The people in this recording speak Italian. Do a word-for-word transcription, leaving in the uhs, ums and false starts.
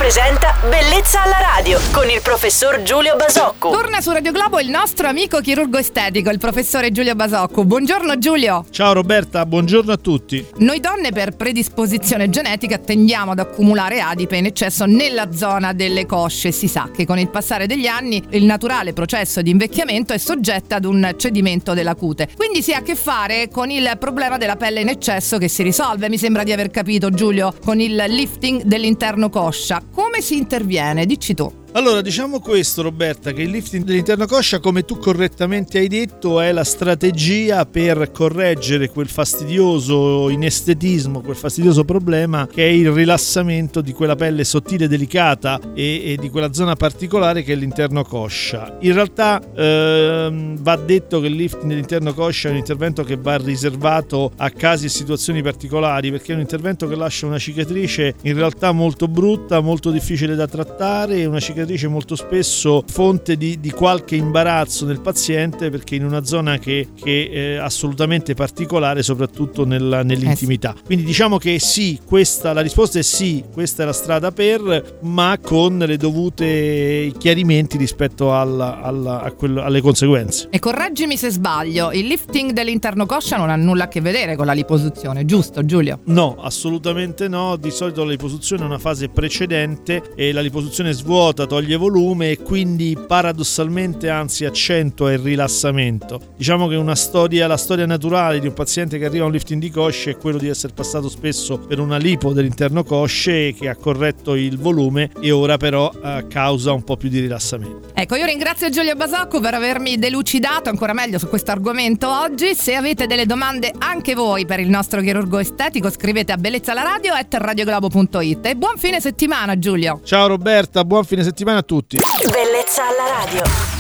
presenta Bellezza alla radio con il professor Giulio Basocco. Torna su Radio Globo il nostro amico chirurgo estetico, il professore Giulio Basocco. Buongiorno Giulio. Ciao Roberta, buongiorno a tutti. Noi donne per predisposizione genetica tendiamo ad accumulare adipe in eccesso nella zona delle cosce. Si sa che con il passare degli anni il naturale processo di invecchiamento è soggetto ad un cedimento della cute. Quindi si ha a che fare con il problema della pelle in eccesso che si risolve, mi sembra di aver capito Giulio, con il lifting dell'interno coscia. Come si interviene? Dici tu. Allora, diciamo questo Roberta, che il lifting dell'interno coscia, come tu correttamente hai detto, è la strategia per correggere quel fastidioso inestetismo, quel fastidioso problema che è il rilassamento di quella pelle sottile e delicata e, e di quella zona particolare che è l'interno coscia. In realtà ehm, va detto che il lifting dell'interno coscia è un intervento che va riservato a casi e situazioni particolari, perché è un intervento che lascia una cicatrice in realtà molto brutta, molto difficile da trattare, una cicatrice molto spesso fonte di, di qualche imbarazzo nel paziente, perché in una zona che, che è assolutamente particolare, soprattutto nella, nell'intimità. Quindi diciamo che sì, questa, la risposta è sì, questa è la strada per, ma con le dovute chiarimenti rispetto alla, alla, a quello, alle conseguenze. E correggimi se sbaglio, il lifting dell'interno coscia non ha nulla a che vedere con la liposuzione, giusto Giulio? No, assolutamente no. Di solito la liposuzione è una fase precedente e la liposuzione svuota, toglie volume e quindi paradossalmente anzi accentua il rilassamento. Diciamo che una storia, la storia naturale di un paziente che arriva a un lifting di cosce è quello di essere passato spesso per una lipo dell'interno cosce che ha corretto il volume e ora però eh, causa un po' più di rilassamento. Ecco, io ringrazio Giulio Basocco per avermi delucidato ancora meglio su questo argomento oggi. Se avete delle domande anche voi per il nostro chirurgo estetico, scrivete a bellezzalaradio chiocciola radioglobo punto it. E buon fine settimana Giulio. Ciao Roberta, buon fine settimana a tutti. Bellezza alla radio.